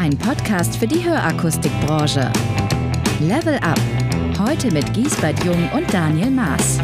Ein Podcast für die Hörakustikbranche. Level Up. Heute mit Giesbert Jung und Daniel Maas.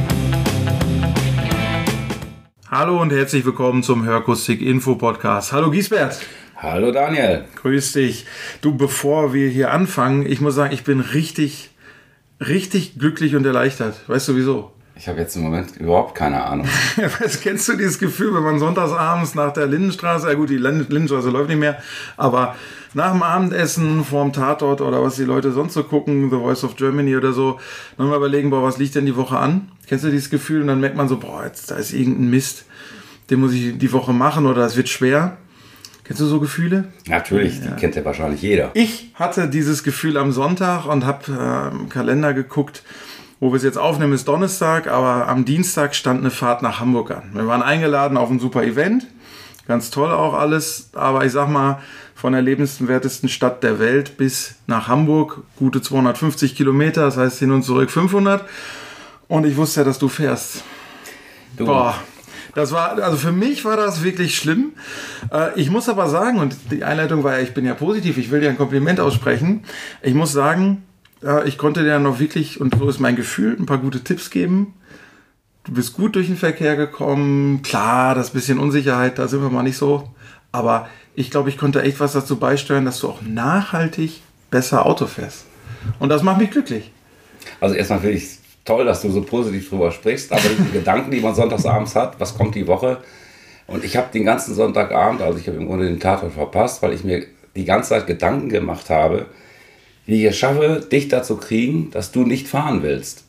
Hallo und herzlich willkommen zum Hörakustik-Info-Podcast. Hallo Giesbert. Hallo Daniel. Grüß dich. Du, bevor wir hier anfangen, ich muss sagen, ich bin richtig glücklich und erleichtert. Weißt du wieso? Ich habe jetzt im Moment überhaupt keine Ahnung. Kennst du dieses Gefühl, wenn man sonntagsabends nach der Lindenstraße, ja gut, die Lindenstraße läuft nicht mehr, aber nach dem Abendessen vorm Tatort oder was die Leute sonst so gucken, The Voice of Germany oder so, dann mal überlegen, boah, was liegt denn die Woche an? Kennst du dieses Gefühl? Und dann merkt man so, boah, jetzt, da ist irgendein Mist, den muss ich die Woche machen oder es wird schwer. Kennst du so Gefühle? Natürlich, die kennt ja wahrscheinlich jeder. Ich hatte dieses Gefühl am Sonntag und habe im Kalender geguckt, wo wir es jetzt aufnehmen, ist Donnerstag, aber am Dienstag stand eine Fahrt nach Hamburg an. Wir waren eingeladen auf ein super Event, ganz toll auch alles, aber ich sag mal, von der lebenswertesten Stadt der Welt bis nach Hamburg, gute 250 Kilometer, das heißt hin und zurück 500. Und ich wusste ja, dass du fährst. Du. Boah, das war, also für mich war das wirklich schlimm. Ich muss aber sagen, und die Einleitung war ja, ich bin ja positiv, ich will dir ein Kompliment aussprechen. Ich muss sagen, ich konnte dir noch wirklich, und so ist mein Gefühl, ein paar gute Tipps geben. Du bist gut durch den Verkehr gekommen. Klar, das bisschen Unsicherheit, da sind wir mal nicht so. Aber ich glaube, ich konnte echt was dazu beisteuern, dass du auch nachhaltig besser Auto fährst. Und das macht mich glücklich. Also erstmal finde ich es toll, dass du so positiv drüber sprichst. Aber die Gedanken, die man sonntagsabends hat, was kommt die Woche? Und ich habe den ganzen Sonntagabend, also ich habe im Grunde den Tatort verpasst, weil ich mir die ganze Zeit Gedanken gemacht habe, wie ich es schaffe, dich dazu kriegen, dass du nicht fahren willst.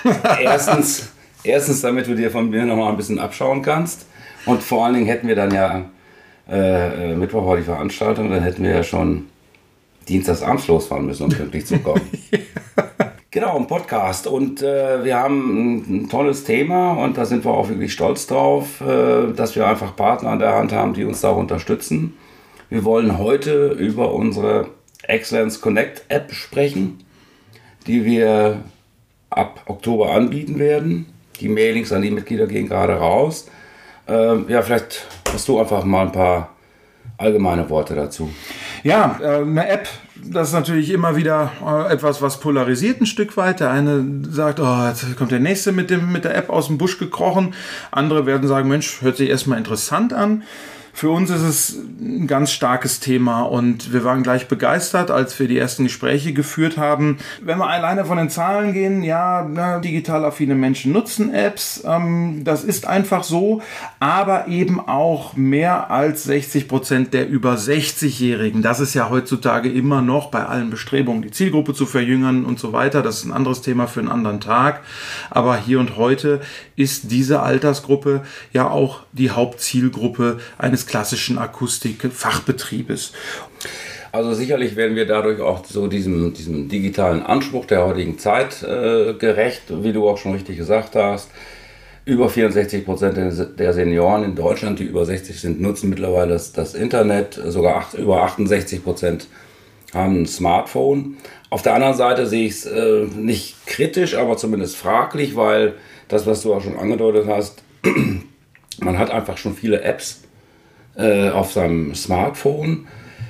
Erstens, damit du dir von mir nochmal ein bisschen abschauen kannst. Und vor allen Dingen hätten wir dann ja Mittwoch war die Veranstaltung, dann hätten wir ja schon dienstagsabends losfahren müssen, um pünktlich zu kommen. Genau, ein Podcast. Und wir haben ein tolles Thema und da sind wir auch wirklich stolz drauf, dass wir einfach Partner an der Hand haben, die uns da unterstützen. Wir wollen heute über unsere Excellence Connect App sprechen, die wir ab Oktober anbieten werden. Die Mailings an die Mitglieder gehen gerade raus. Vielleicht hast du einfach mal ein paar allgemeine Worte dazu. Ja, eine App, das ist natürlich immer wieder etwas, was polarisiert ein Stück weit. Der eine sagt, oh, jetzt kommt der Nächste mit der App aus dem Busch gekrochen. Andere werden sagen, Mensch, hört sich erstmal interessant an. Für uns ist es ein ganz starkes Thema und wir waren gleich begeistert, als wir die ersten Gespräche geführt haben. Wenn wir alleine von den Zahlen gehen, ja, digital affine Menschen nutzen Apps, das ist einfach so, aber eben auch mehr als 60% der über 60-Jährigen. Das ist ja heutzutage immer noch bei allen Bestrebungen, die Zielgruppe zu verjüngern und so weiter. Das ist ein anderes Thema für einen anderen Tag. Aber hier und heute ist diese Altersgruppe ja auch die Hauptzielgruppe eines klassischen Akustik-Fachbetriebes. Also sicherlich werden wir dadurch auch so diesem digitalen Anspruch der heutigen Zeit gerecht, wie du auch schon richtig gesagt hast. Über 64% der Senioren in Deutschland, die über 60 sind, nutzen mittlerweile das Internet. Sogar über 68% haben ein Smartphone. Auf der anderen Seite sehe ich es nicht kritisch, aber zumindest fraglich, weil das, was du auch schon angedeutet hast, man hat einfach schon viele Apps auf seinem Smartphone.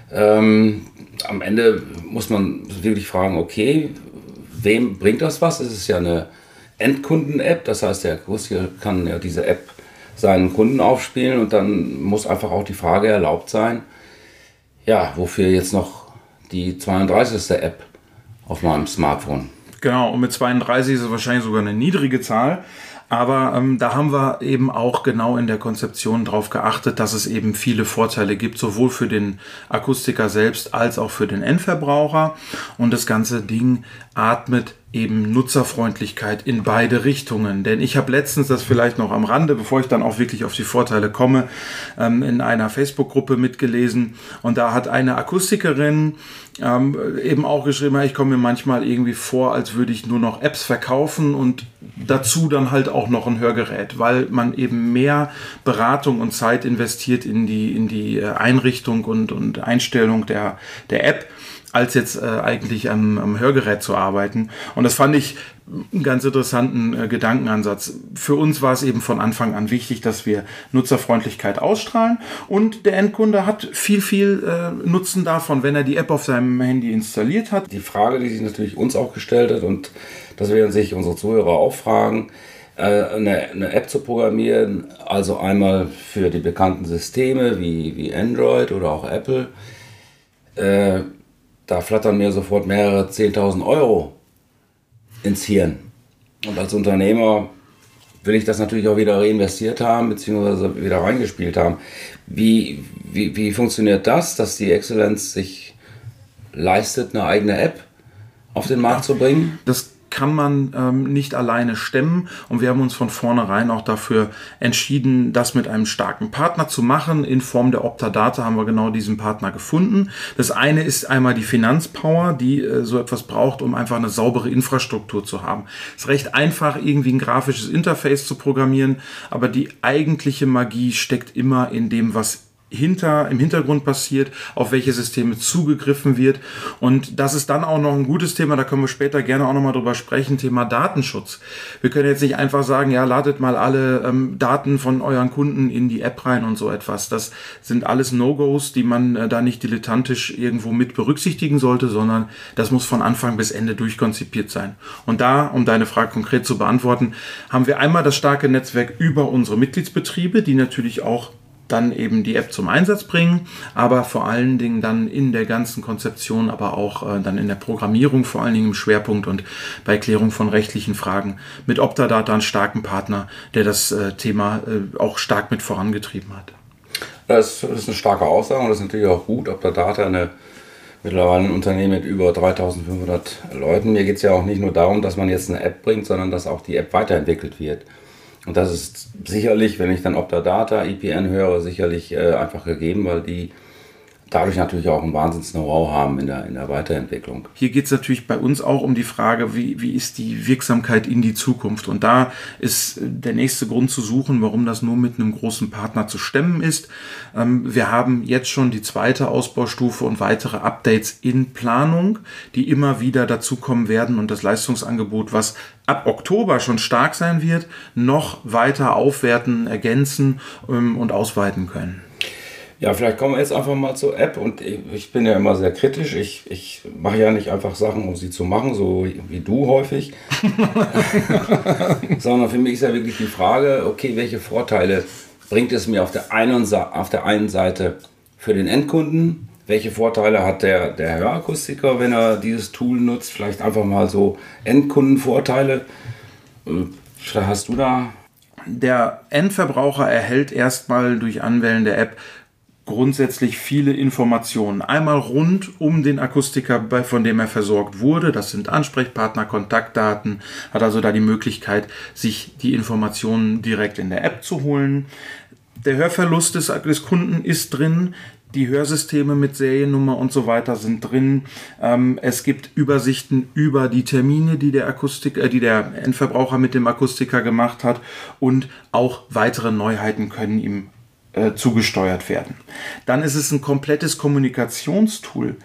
Am Ende muss man wirklich fragen, okay, wem bringt das was? Es ist ja eine Endkunden-App, das heißt, der Akustiker kann ja diese App seinen Kunden aufspielen und dann muss einfach auch die Frage erlaubt sein, ja, wofür jetzt noch die 32. App auf meinem Smartphone? Genau, und mit 32 ist es wahrscheinlich sogar eine niedrige Zahl. Aber da haben wir eben auch genau in der Konzeption darauf geachtet, dass es eben viele Vorteile gibt, sowohl für den Akustiker selbst als auch für den Endverbraucher. Und das ganze Ding atmet eben Nutzerfreundlichkeit in beide Richtungen. Denn ich habe letztens, das vielleicht noch am Rande, bevor ich dann auch wirklich auf die Vorteile komme, in einer Facebook-Gruppe mitgelesen. Und da hat eine Akustikerin eben auch geschrieben, ich komme mir manchmal irgendwie vor, als würde ich nur noch Apps verkaufen und dazu dann halt auch noch ein Hörgerät, weil man eben mehr Beratung und Zeit investiert in die Einrichtung und Einstellung der App, als jetzt eigentlich am Hörgerät zu arbeiten. Und das fand ich einen ganz interessanten Gedankenansatz. Für uns war es eben von Anfang an wichtig, dass wir Nutzerfreundlichkeit ausstrahlen und der Endkunde hat viel Nutzen davon, wenn er die App auf seinem Handy installiert hat. Die Frage, die sich natürlich uns auch gestellt hat und das werden sich unsere Zuhörer auch fragen, eine App zu programmieren, also einmal für die bekannten Systeme wie Android oder auch Apple, da flattern mir sofort mehrere 10.000 Euro ins Hirn. Und als Unternehmer will ich das natürlich auch wieder reinvestiert haben, beziehungsweise wieder reingespielt haben. Wie funktioniert das, dass die Exzellenz sich leistet, eine eigene App auf den Markt zu bringen? Das kann man nicht alleine stemmen und wir haben uns von vornherein auch dafür entschieden, das mit einem starken Partner zu machen. In Form der Optadata haben wir genau diesen Partner gefunden. Das eine ist einmal die Finanzpower, die so etwas braucht, um einfach eine saubere Infrastruktur zu haben. Es ist recht einfach, irgendwie ein grafisches Interface zu programmieren, aber die eigentliche Magie steckt immer in dem, was im Hintergrund passiert, auf welche Systeme zugegriffen wird. Und das ist dann auch noch ein gutes Thema, da können wir später gerne auch noch mal drüber sprechen, Thema Datenschutz. Wir können jetzt nicht einfach sagen, ja, ladet mal alle Daten von euren Kunden in die App rein und so etwas. Das sind alles No-Gos, die man da nicht dilettantisch irgendwo mit berücksichtigen sollte, sondern das muss von Anfang bis Ende durchkonzipiert sein. Und da, um deine Frage konkret zu beantworten, haben wir einmal das starke Netzwerk über unsere Mitgliedsbetriebe, die natürlich auch dann eben die App zum Einsatz bringen, aber vor allen Dingen dann in der ganzen Konzeption, aber auch dann in der Programmierung, vor allen Dingen im Schwerpunkt und bei Klärung von rechtlichen Fragen mit Optadata einen starken Partner, der das Thema auch stark mit vorangetrieben hat. Das ist eine starke Aussage und das ist natürlich auch gut. Optadata mittlerweile ein Unternehmen mit über 3.500 Leuten. Mir geht es ja auch nicht nur darum, dass man jetzt eine App bringt, sondern dass auch die App weiterentwickelt wird. Und das ist sicherlich, wenn ich dann Optadata, IPN höre, sicherlich einfach gegeben, weil die dadurch natürlich auch ein Wahnsinns-Know-how haben in der Weiterentwicklung. Hier geht es natürlich bei uns auch um die Frage, wie ist die Wirksamkeit in die Zukunft? Und da ist der nächste Grund zu suchen, warum das nur mit einem großen Partner zu stemmen ist. Wir haben jetzt schon die zweite Ausbaustufe und weitere Updates in Planung, die immer wieder dazukommen werden und das Leistungsangebot, was ab Oktober schon stark sein wird, noch weiter aufwerten, ergänzen und ausweiten können. Ja, vielleicht kommen wir jetzt einfach mal zur App und ich bin ja immer sehr kritisch. Ich mache ja nicht einfach Sachen, um sie zu machen, so wie du häufig. Sondern für mich ist ja wirklich die Frage, okay, welche Vorteile bringt es mir auf der einen Seite für den Endkunden? Welche Vorteile hat der Hörakustiker, wenn er dieses Tool nutzt? Vielleicht einfach mal so Endkundenvorteile. Hast du da? Der Endverbraucher erhält erstmal durch Anwählen der App grundsätzlich viele Informationen. Einmal rund um den Akustiker, von dem er versorgt wurde. Das sind Ansprechpartner, Kontaktdaten. Hat also da die Möglichkeit, sich die Informationen direkt in der App zu holen. Der Hörverlust des Kunden ist drin. Die Hörsysteme mit Seriennummer und so weiter sind drin. Es gibt Übersichten über die Termine, die der Endverbraucher mit dem Akustiker gemacht hat. Und auch weitere Neuheiten können ihm zugesteuert werden. Dann ist es ein komplettes Kommunikationstool.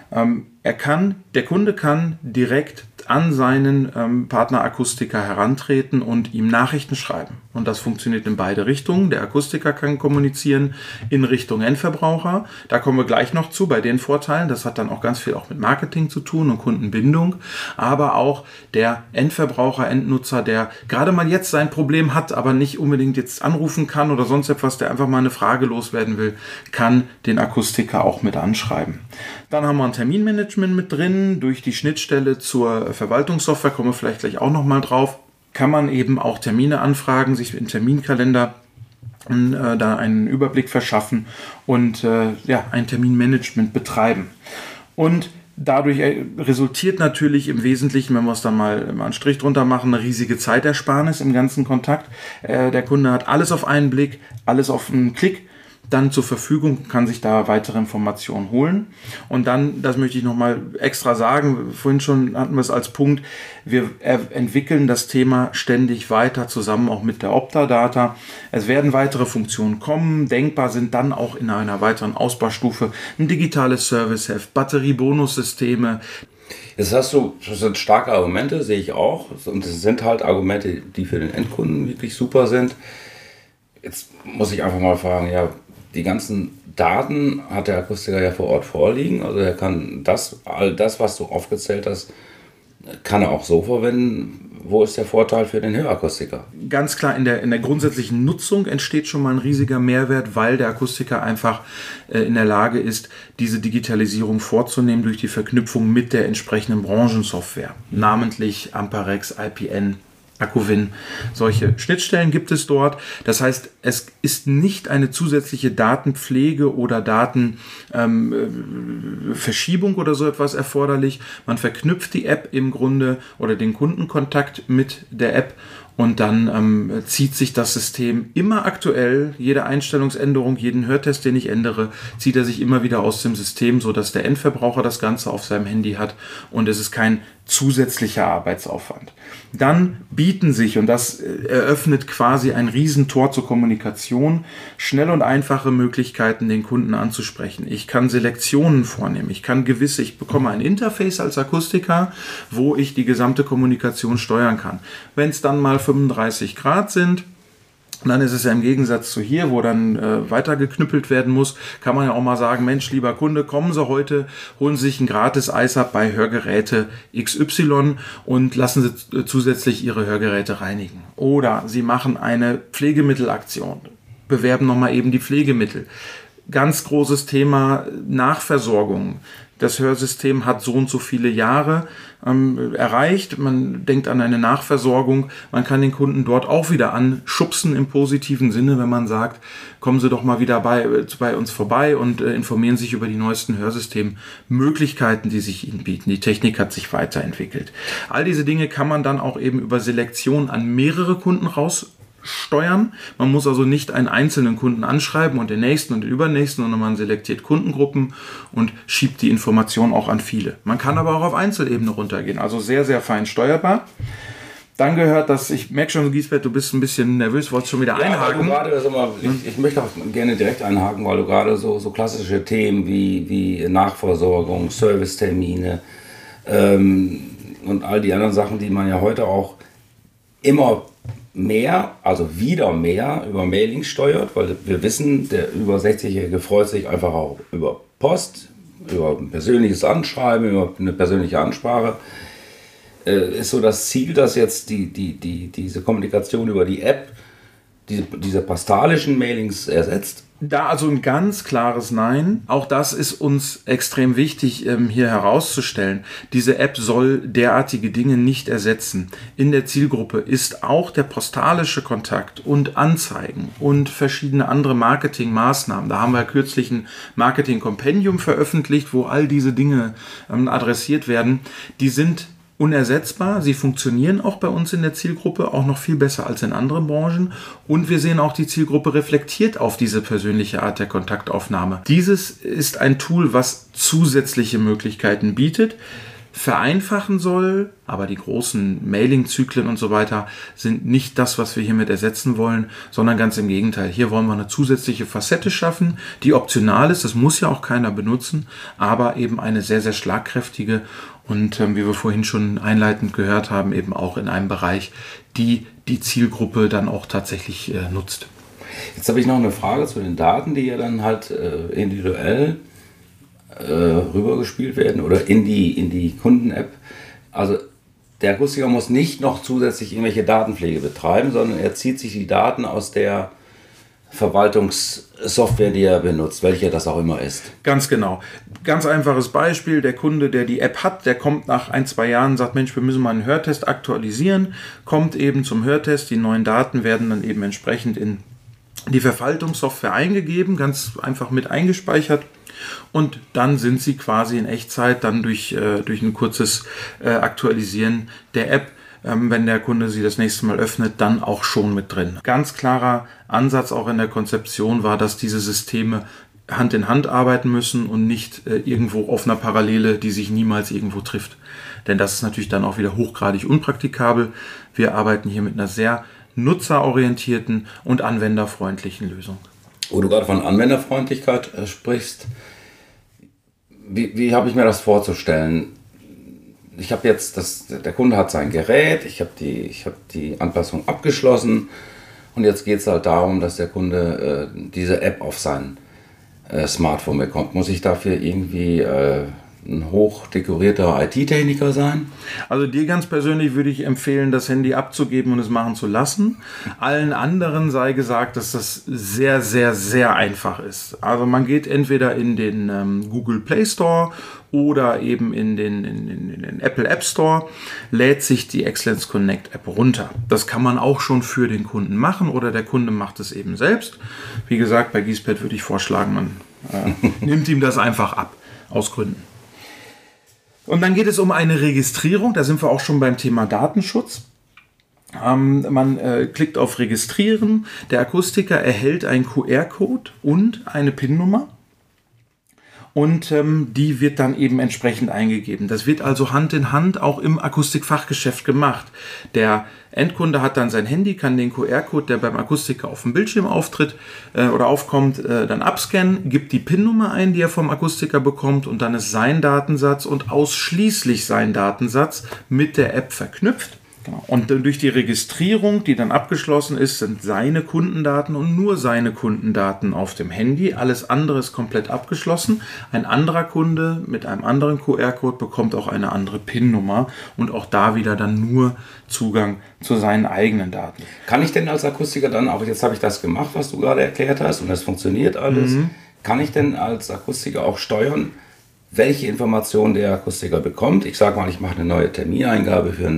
Der Kunde kann direkt an seinen Partnerakustiker herantreten und ihm Nachrichten schreiben. Und das funktioniert in beide Richtungen. Der Akustiker kann kommunizieren in Richtung Endverbraucher. Da kommen wir gleich noch zu bei den Vorteilen. Das hat dann auch ganz viel auch mit Marketing zu tun und Kundenbindung. Aber auch der Endverbraucher, Endnutzer, der gerade mal jetzt sein Problem hat, aber nicht unbedingt jetzt anrufen kann oder sonst etwas, der einfach mal eine Frage loswerden will, kann den Akustiker auch mit anschreiben. Dann haben wir ein Terminmanagement mit drin. Durch die Schnittstelle zur Verwaltungssoftware, kommen wir vielleicht gleich auch nochmal drauf, kann man eben auch Termine anfragen, sich im Terminkalender da einen Überblick verschaffen und ein Terminmanagement betreiben. Und dadurch resultiert natürlich im Wesentlichen, wenn wir es dann mal einen Strich drunter machen, eine riesige Zeitersparnis im ganzen Kontakt. Der Kunde hat alles auf einen Blick, alles auf einen Klick dann zur Verfügung, kann sich da weitere Informationen holen. Und dann, das möchte ich nochmal extra sagen, vorhin schon hatten wir es als Punkt, wir entwickeln das Thema ständig weiter, zusammen auch mit der Optadata. Es werden weitere Funktionen kommen. Denkbar sind dann auch in einer weiteren Ausbaustufe ein digitales Serviceheft, Batteriebonussysteme. Das sind starke Argumente, sehe ich auch. Und es sind halt Argumente, die für den Endkunden wirklich super sind. Jetzt muss ich einfach mal fragen, ja, die ganzen Daten hat der Akustiker ja vor Ort vorliegen. Also er kann all das, was du aufgezählt hast, kann er auch so verwenden. Wo ist der Vorteil für den Hörakustiker? Ganz klar, in der grundsätzlichen Nutzung entsteht schon mal ein riesiger Mehrwert, weil der Akustiker einfach in der Lage ist, diese Digitalisierung vorzunehmen durch die Verknüpfung mit der entsprechenden Branchensoftware. Namentlich Amparex, IPN, Akuvin, solche Schnittstellen gibt es dort. Das heißt, es ist nicht eine zusätzliche Datenpflege oder Datenverschiebung oder so etwas erforderlich. Man verknüpft die App im Grunde oder den Kundenkontakt mit der App und dann zieht sich das System immer aktuell, jede Einstellungsänderung, jeden Hörtest, den ich ändere, zieht er sich immer wieder aus dem System, sodass der Endverbraucher das Ganze auf seinem Handy hat und es ist kein zusätzlicher Arbeitsaufwand. Dann bieten sich, und das eröffnet quasi ein Riesentor zur Kommunikation, schnell und einfache Möglichkeiten, den Kunden anzusprechen. Ich kann Selektionen vornehmen, ich bekomme ein Interface als Akustiker, wo ich die gesamte Kommunikation steuern kann. Wenn es dann mal 35 Grad sind, dann ist es ja im Gegensatz zu hier, wo dann weitergeknüppelt werden muss, kann man ja auch mal sagen, Mensch, lieber Kunde, kommen Sie heute, holen Sie sich ein gratis Eis-Up bei Hörgeräte XY und lassen Sie zusätzlich Ihre Hörgeräte reinigen. Oder Sie machen eine Pflegemittelaktion, bewerben nochmal eben die Pflegemittel. Ganz großes Thema Nachversorgung. Das Hörsystem hat so und so viele Jahre erreicht. Man denkt an eine Nachversorgung. Man kann den Kunden dort auch wieder anschubsen im positiven Sinne, wenn man sagt, kommen Sie doch mal wieder bei uns vorbei und informieren sich über die neuesten Hörsystemmöglichkeiten, die sich Ihnen bieten. Die Technik hat sich weiterentwickelt. All diese Dinge kann man dann auch eben über Selektion an mehrere Kunden raussteuern. Man muss also nicht einen einzelnen Kunden anschreiben und den nächsten und den übernächsten, sondern man selektiert Kundengruppen und schiebt die Information auch an viele. Man kann aber auch auf Einzelebene runtergehen, also sehr, sehr fein steuerbar. Dann gehört das, ich merke schon, Giesbert, du bist ein bisschen nervös, wolltest schon wieder einhaken. Ich möchte auch gerne direkt einhaken, weil du gerade so klassische Themen wie Nachversorgung, Servicetermine und all die anderen Sachen, die man ja heute auch immer wieder mehr über Mailing steuert, weil wir wissen, der über 60-Jährige freut sich einfach auch über Post, über ein persönliches Anschreiben, über eine persönliche Ansprache. Ist so das Ziel, dass jetzt diese Kommunikation über die App diese postalischen Mailings ersetzt? Da also ein ganz klares Nein. Auch das ist uns extrem wichtig hier herauszustellen. Diese App soll derartige Dinge nicht ersetzen. In der Zielgruppe ist auch der postalische Kontakt und Anzeigen und verschiedene andere Marketingmaßnahmen. Da haben wir kürzlich ein Marketing-Kompendium veröffentlicht, wo all diese Dinge adressiert werden. Die sind unersetzbar, sie funktionieren auch bei uns in der Zielgruppe, auch noch viel besser als in anderen Branchen und wir sehen auch, die Zielgruppe reflektiert auf diese persönliche Art der Kontaktaufnahme. Dieses ist ein Tool, was zusätzliche Möglichkeiten bietet, vereinfachen soll, aber die großen Mailing-Zyklen und so weiter sind nicht das, was wir hiermit ersetzen wollen, sondern ganz im Gegenteil. Hier wollen wir eine zusätzliche Facette schaffen, die optional ist, das muss ja auch keiner benutzen, aber eben eine sehr, sehr schlagkräftige und wie wir vorhin schon einleitend gehört haben, eben auch in einem Bereich, die Zielgruppe dann auch tatsächlich nutzt. Jetzt habe ich noch eine Frage zu den Daten, die ja dann halt individuell rübergespielt werden oder in die Kunden-App. Also der Akustiker muss nicht noch zusätzlich irgendwelche Datenpflege betreiben, sondern er zieht sich die Daten aus der Verwaltungssoftware, die er benutzt, welche das auch immer ist. Ganz genau. Ganz einfaches Beispiel, der Kunde, der die App hat, der kommt nach 1-2 Jahren und sagt, Mensch, wir müssen mal einen Hörtest aktualisieren, kommt eben zum Hörtest, die neuen Daten werden dann eben entsprechend in die Verwaltungssoftware eingegeben, ganz einfach mit eingespeichert. Und dann sind sie quasi in Echtzeit dann durch ein kurzes Aktualisieren der App, wenn der Kunde sie das nächste Mal öffnet, dann auch schon mit drin. Ganz klarer Ansatz auch in der Konzeption war, dass diese Systeme Hand in Hand arbeiten müssen und nicht irgendwo auf einer Parallele, die sich niemals irgendwo trifft. Denn das ist natürlich dann auch wieder hochgradig unpraktikabel. Wir arbeiten hier mit einer sehr nutzerorientierten und anwenderfreundlichen Lösung. Wo du gerade von Anwenderfreundlichkeit sprichst, wie habe ich mir das vorzustellen? ich habe jetzt, der Kunde hat sein Gerät, ich habe die Anpassung abgeschlossen und jetzt geht es halt darum, dass der Kunde diese App auf sein Smartphone bekommt. Muss ich dafür irgendwie ein hochdekorierter IT-Techniker sein? Also dir ganz persönlich würde ich empfehlen, das Handy abzugeben und es machen zu lassen. Allen anderen sei gesagt, dass das sehr, sehr, sehr einfach ist. Also man geht entweder in den Google Play Store oder eben in den Apple App Store, lädt sich die Excellence Connect App runter. Das kann man auch schon für den Kunden machen oder der Kunde macht es eben selbst. Wie gesagt, bei Giesbett würde ich vorschlagen, man nimmt ihm das einfach ab, aus Gründen. Und dann geht es um eine Registrierung, da sind wir auch schon beim Thema Datenschutz. Man klickt auf Registrieren, der Akustiker erhält einen QR-Code und eine PIN-Nummer und die wird dann eben entsprechend eingegeben. Das wird also Hand in Hand auch im Akustikfachgeschäft gemacht. Der Endkunde hat dann sein Handy, kann den QR-Code, der beim Akustiker auf dem Bildschirm auftritt oder aufkommt, dann abscannen, gibt die PIN-Nummer ein, die er vom Akustiker bekommt und dann ist sein Datensatz und ausschließlich sein Datensatz mit der App verknüpft. Genau. Und durch die Registrierung, die dann abgeschlossen ist, sind seine Kundendaten und nur seine Kundendaten auf dem Handy. Alles andere ist komplett abgeschlossen. Ein anderer Kunde mit einem anderen QR-Code bekommt auch eine andere PIN-Nummer und auch da wieder dann nur Zugang zu seinen eigenen Daten. Kann ich denn als Akustiker dann, auch jetzt habe ich das gemacht, was du gerade erklärt hast und das funktioniert alles, kann ich denn als Akustiker auch steuern, welche Informationen der Akustiker bekommt? Ich sage mal, ich mache eine neue Termineingabe für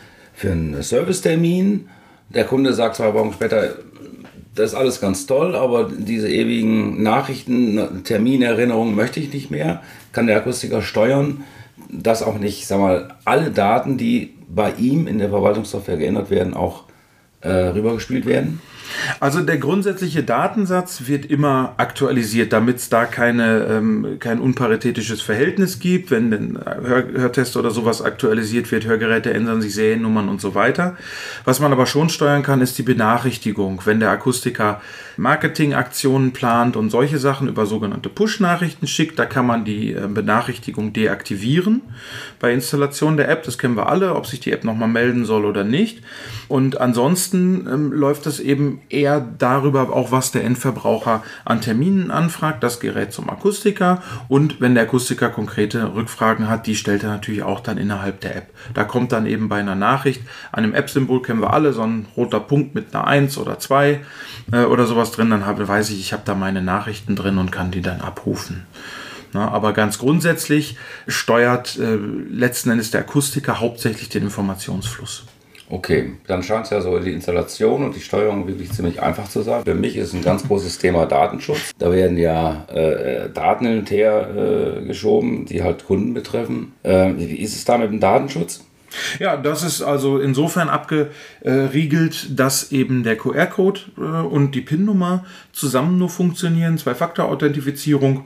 einen Servicetermin. Der Kunde sagt 2 Wochen später, das ist alles ganz toll, aber diese ewigen Nachrichten, Terminerinnerungen möchte ich nicht mehr. Kann der Akustiker steuern, dass auch nicht, sag mal, alle Daten, die bei ihm in der Verwaltungssoftware geändert werden, auch rübergespielt werden? Also der grundsätzliche Datensatz wird immer aktualisiert, damit es da kein unparitätisches Verhältnis gibt. Wenn ein Hörtest oder sowas aktualisiert wird, Hörgeräte ändern sich Seriennummern und so weiter. Was man aber schon steuern kann, ist die Benachrichtigung. Wenn der Akustiker Marketingaktionen plant und solche Sachen über sogenannte Push-Nachrichten schickt, da kann man die Benachrichtigung deaktivieren bei Installation der App. Das kennen wir alle, ob sich die App nochmal melden soll oder nicht. Und ansonsten läuft das eben eher darüber, auch was der Endverbraucher an Terminen anfragt, das Gerät zum Akustiker, und wenn der Akustiker konkrete Rückfragen hat, die stellt er natürlich auch dann innerhalb der App. Da kommt dann eben bei einer Nachricht, an einem App-Symbol kennen wir alle, so ein roter Punkt mit einer 1 oder 2 oder sowas drin, dann weiß ich habe da meine Nachrichten drin und kann die dann abrufen. Na, aber ganz grundsätzlich steuert letzten Endes der Akustiker hauptsächlich den Informationsfluss. Okay, dann scheint es ja so die Installation und die Steuerung wirklich ziemlich einfach zu sein. Für mich ist ein ganz großes Thema Datenschutz. Da werden ja Daten hin und her geschoben, die halt Kunden betreffen. Wie ist es da mit dem Datenschutz? Ja, das ist also insofern abgeriegelt, dass eben der QR-Code und die PIN-Nummer zusammen nur funktionieren, 2-Faktor-Authentifizierung.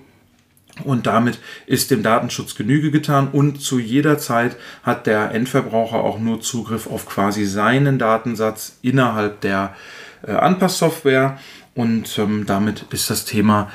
Und damit ist dem Datenschutz Genüge getan und zu jeder Zeit hat der Endverbraucher auch nur Zugriff auf quasi seinen Datensatz innerhalb der Anpasssoftware. Und damit ist das Thema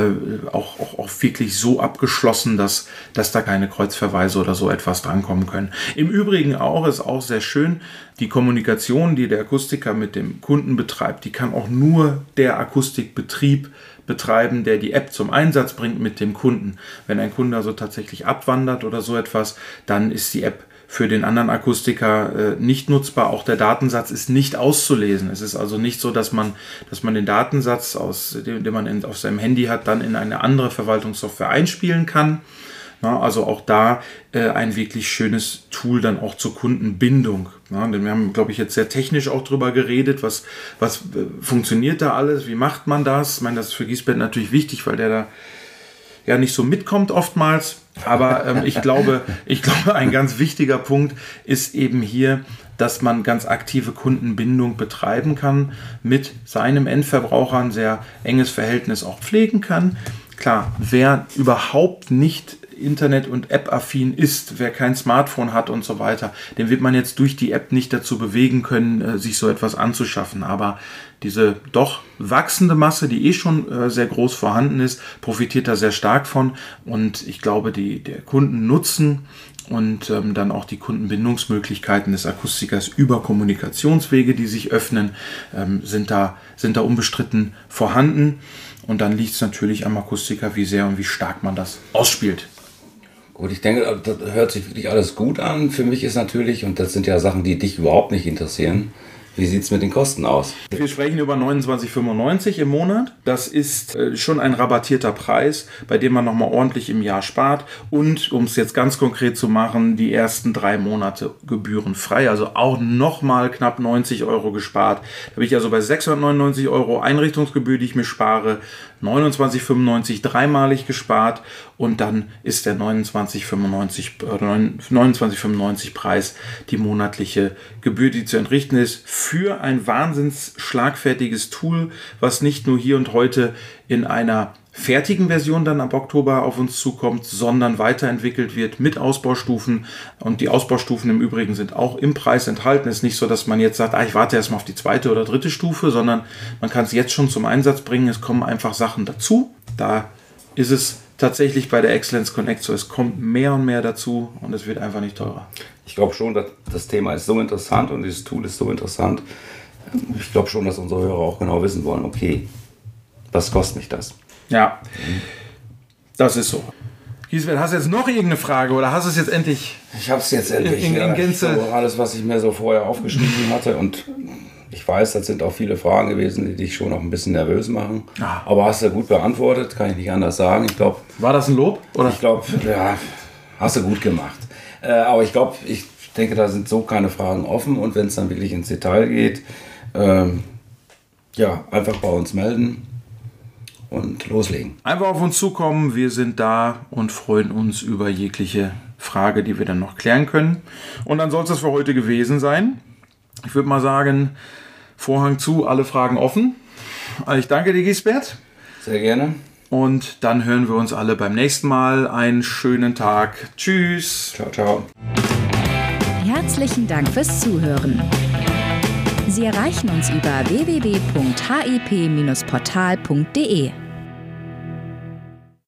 auch wirklich so abgeschlossen, dass da keine Kreuzverweise oder so etwas drankommen können. Im Übrigen ist auch sehr schön, die Kommunikation, die der Akustiker mit dem Kunden betreibt, die kann auch nur der Akustikbetrieb betreiben, der die App zum Einsatz bringt mit dem Kunden. Wenn ein Kunde also tatsächlich abwandert oder so etwas, dann ist die App für den anderen Akustiker nicht nutzbar. Auch der Datensatz ist nicht auszulesen. Es ist also nicht so, dass man den Datensatz, den man auf seinem Handy hat, dann in eine andere Verwaltungssoftware einspielen kann. Na, also auch da ein wirklich schönes Tool dann auch zur Kundenbindung. Ja, denn wir haben, glaube ich, jetzt sehr technisch auch drüber geredet, was funktioniert da alles, wie macht man das? Ich meine, das ist für Giesbett natürlich wichtig, weil der da ja nicht so mitkommt oftmals. Aber ich glaube, ein ganz wichtiger Punkt ist eben hier, dass man ganz aktive Kundenbindung betreiben kann, mit seinem Endverbraucher ein sehr enges Verhältnis auch pflegen kann. Klar, wer überhaupt nicht Internet- und App-affin ist, wer kein Smartphone hat und so weiter, den wird man jetzt durch die App nicht dazu bewegen können, sich so etwas anzuschaffen. Aber diese doch wachsende Masse, die schon sehr groß vorhanden ist, profitiert da sehr stark von. Und ich glaube, der Kundennutzen und dann auch die Kundenbindungsmöglichkeiten des Akustikers über Kommunikationswege, die sich öffnen, sind da unbestritten vorhanden. Und dann liegt es natürlich am Akustiker, wie sehr und wie stark man das ausspielt. Gut, ich denke, das hört sich wirklich alles gut an. Für mich ist natürlich, und das sind ja Sachen, die dich überhaupt nicht interessieren, wie sieht es mit den Kosten aus? Wir sprechen über 29,95 im Monat. Das ist schon ein rabattierter Preis, bei dem man nochmal ordentlich im Jahr spart. Und um es jetzt ganz konkret zu machen, die ersten 3 Monate gebührenfrei. Also auch nochmal knapp 90 € gespart. Da bin ich also bei 699 € Einrichtungsgebühr, die ich mir spare. 29,95 dreimalig gespart. Und dann ist der 29,95 Preis die monatliche Gebühr, die zu entrichten ist, für ein wahnsinns schlagfertiges Tool, was nicht nur hier und heute in einer fertigen Version dann ab Oktober auf uns zukommt, sondern weiterentwickelt wird mit Ausbaustufen. Und die Ausbaustufen im Übrigen sind auch im Preis enthalten. Es ist nicht so, dass man jetzt sagt, ich warte erstmal auf die 2. oder 3. Stufe, sondern man kann es jetzt schon zum Einsatz bringen. Es kommen einfach Sachen dazu. Da ist es tatsächlich bei der Excellence Connect so, es kommt mehr und mehr dazu und es wird einfach nicht teurer. Ich glaube schon, dass das Thema ist so interessant und dieses Tool ist so interessant. Ich glaube schon, dass unsere Hörer auch genau wissen wollen, okay, was kostet mich das? Ja, das ist so. Giesbert, hast du jetzt noch irgendeine Frage oder hast du es jetzt endlich? Ich habe es jetzt endlich. In Gänze. Ich glaube, alles, was ich mir so vorher aufgeschrieben hatte, und ich weiß, das sind auch viele Fragen gewesen, die dich schon auch ein bisschen nervös machen. Ah. Aber hast du gut beantwortet, kann ich nicht anders sagen. Ich glaube. War das ein Lob? Oder? Ich glaube, ja, hast du gut gemacht. Aber ich denke, da sind so keine Fragen offen, und wenn es dann wirklich ins Detail geht, einfach bei uns melden und loslegen. Einfach auf uns zukommen, wir sind da und freuen uns über jegliche Frage, die wir dann noch klären können. Und dann soll es das für heute gewesen sein. Ich würde mal sagen, Vorhang zu, alle Fragen offen. Ich danke dir, Giesbert. Sehr gerne. Und dann hören wir uns alle beim nächsten Mal. Einen schönen Tag. Tschüss. Ciao, ciao. Herzlichen Dank fürs Zuhören. Sie erreichen uns über www.hip-portal.de.